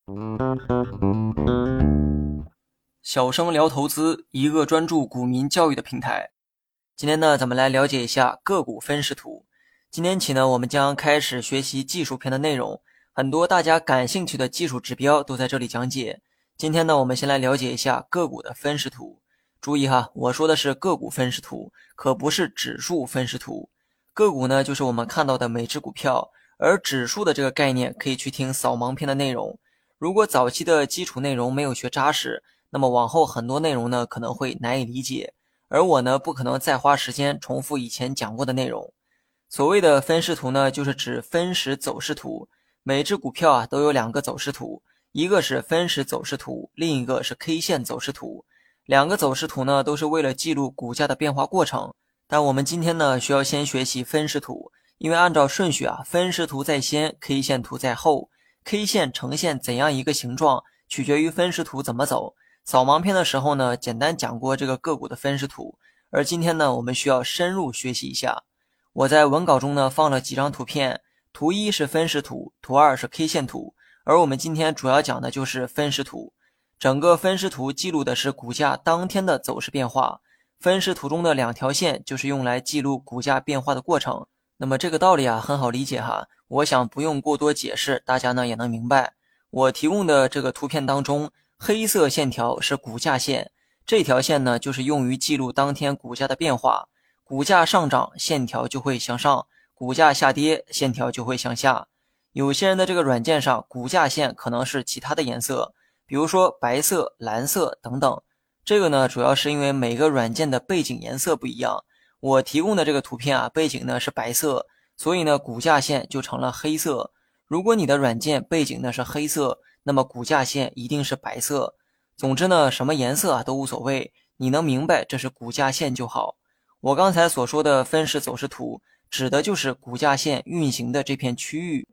小生聊投资，一个专注股民教育的平台。今天呢，咱们来了解一下个股分时图。今天起呢，我们将开始学习技术篇的内容，很多大家感兴趣的技术指标都在这里讲解。今天呢，我们先来了解一下个股的分时图。注意哈，我说的是个股分时图，可不是指数分时图。个股呢，就是我们看到的每只股票，而指数的这个概念可以去听扫盲篇的内容。如果早期的基础内容没有学扎实，那么往后很多内容呢可能会难以理解，而我呢不可能再花时间重复以前讲过的内容。所谓的分时图呢，就是指分时走势图。每只股票都有两个走势图，一个是分时走势图，另一个是 K 线走势图。两个走势图呢都是为了记录股价的变化过程，但我们今天呢需要先学习分时图，因为按照顺序分时图在先， K 线图在后。K 线呈现怎样一个形状，取决于分时图怎么走。扫盲篇的时候呢，简单讲过这个个股的分时图，而今天呢，我们需要深入学习一下。我在文稿中呢放了几张图片，图一是分时图，图二是 K 线图，而我们今天主要讲的就是分时图。整个分时图记录的是股价当天的走势变化，分时图中的两条线就是用来记录股价变化的过程。那么这个道理很好理解哈，我想不用过多解释，大家呢也能明白。我提供的这个图片当中，黑色线条是股价线，这条线呢就是用于记录当天股价的变化。股价上涨，线条就会向上；股价下跌，线条就会向下。有些人的这个软件上，股价线可能是其他的颜色，比如说白色、蓝色等等。这个呢主要是因为每个软件的背景颜色不一样。我提供的这个图片背景呢是白色，所以呢股价线就成了黑色。如果你的软件背景呢是黑色，那么股价线一定是白色。总之呢，什么颜色都无所谓，你能明白这是股价线就好。我刚才所说的分时走势图，指的就是股价线运行的这片区域。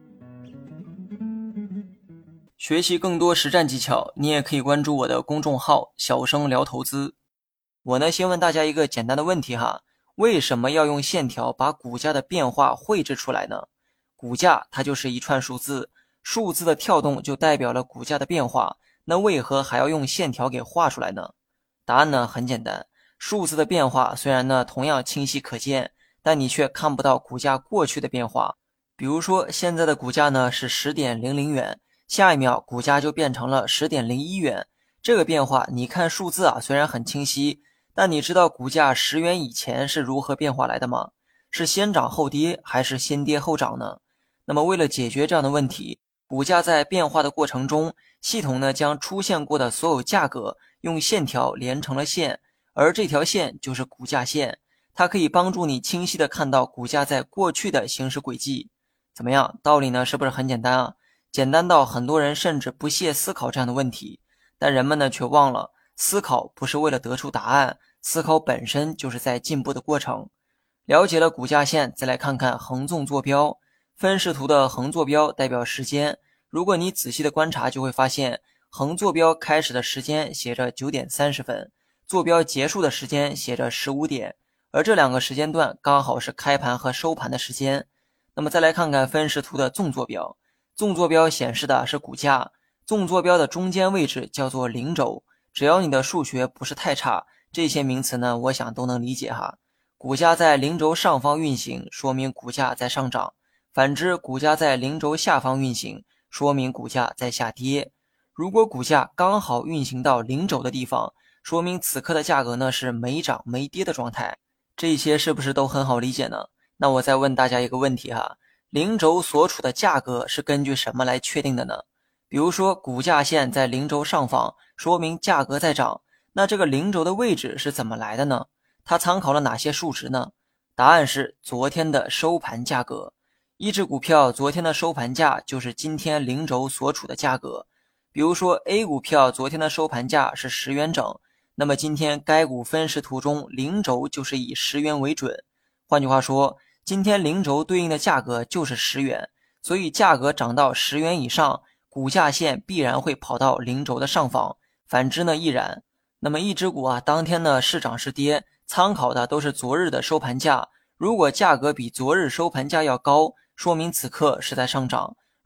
学习更多实战技巧，你也可以关注我的公众号小生聊投资。我呢先问大家一个简单的问题为什么要用线条把股价的变化绘制出来呢？股价它就是一串数字，数字的跳动就代表了股价的变化，那为何还要用线条给画出来呢？答案呢很简单，数字的变化虽然呢同样清晰可见，但你却看不到股价过去的变化。比如说现在的股价呢是 10.00 元，下一秒股价就变成了 10.01 元，这个变化你看数字虽然很清晰，但你知道股价10元以前是如何变化来的吗？是先涨后跌，还是先跌后涨呢？那么为了解决这样的问题，股价在变化的过程中，系统呢将出现过的所有价格用线条连成了线，而这条线就是股价线，它可以帮助你清晰的看到股价在过去的行驶轨迹。怎么样，道理呢是不是很简单简单到很多人甚至不屑思考这样的问题，但人们呢却忘了，思考不是为了得出答案，思考本身就是在进步的过程。了解了股价线，再来看看横纵坐标。分时图的横坐标代表时间，如果你仔细的观察，就会发现横坐标开始的时间写着9点30分，坐标结束的时间写着15点，而这两个时间段刚好是开盘和收盘的时间。那么再来看看分时图的纵坐标，纵坐标显示的是股价，纵坐标的中间位置叫做零轴。只要你的数学不是太差，这些名词呢，我想都能理解股价在零轴上方运行，说明股价在上涨。反之，股价在零轴下方运行，说明股价在下跌。如果股价刚好运行到零轴的地方，说明此刻的价格呢是没涨没跌的状态。这些是不是都很好理解呢？那我再问大家一个问题零轴所处的价格是根据什么来确定的呢？比如说股价线在零轴上方，说明价格在涨，那这个零轴的位置是怎么来的呢？它参考了哪些数值呢？答案是昨天的收盘价格。一只股票昨天的收盘价就是今天零轴所处的价格。比如说 A 股票昨天的收盘价是10元整，那么今天该股分时图中零轴就是以10元为准。换句话说，今天零轴对应的价格就是10元，所以价格涨到10元以上，股价线必然会跑到零轴的上方，反之呢亦然。那么一只股当天呢是涨是跌，参考的都是昨日的收盘价，如果价格比昨日收盘价要高，说明此刻是在上涨；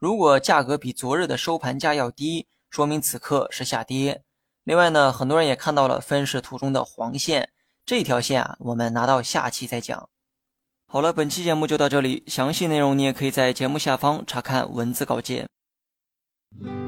如果价格比昨日的收盘价要低，说明此刻是下跌。另外呢，很多人也看到了分时图中的黄线，这条线啊，我们拿到下期再讲。好了，本期节目就到这里，详细内容你也可以在节目下方查看文字稿件。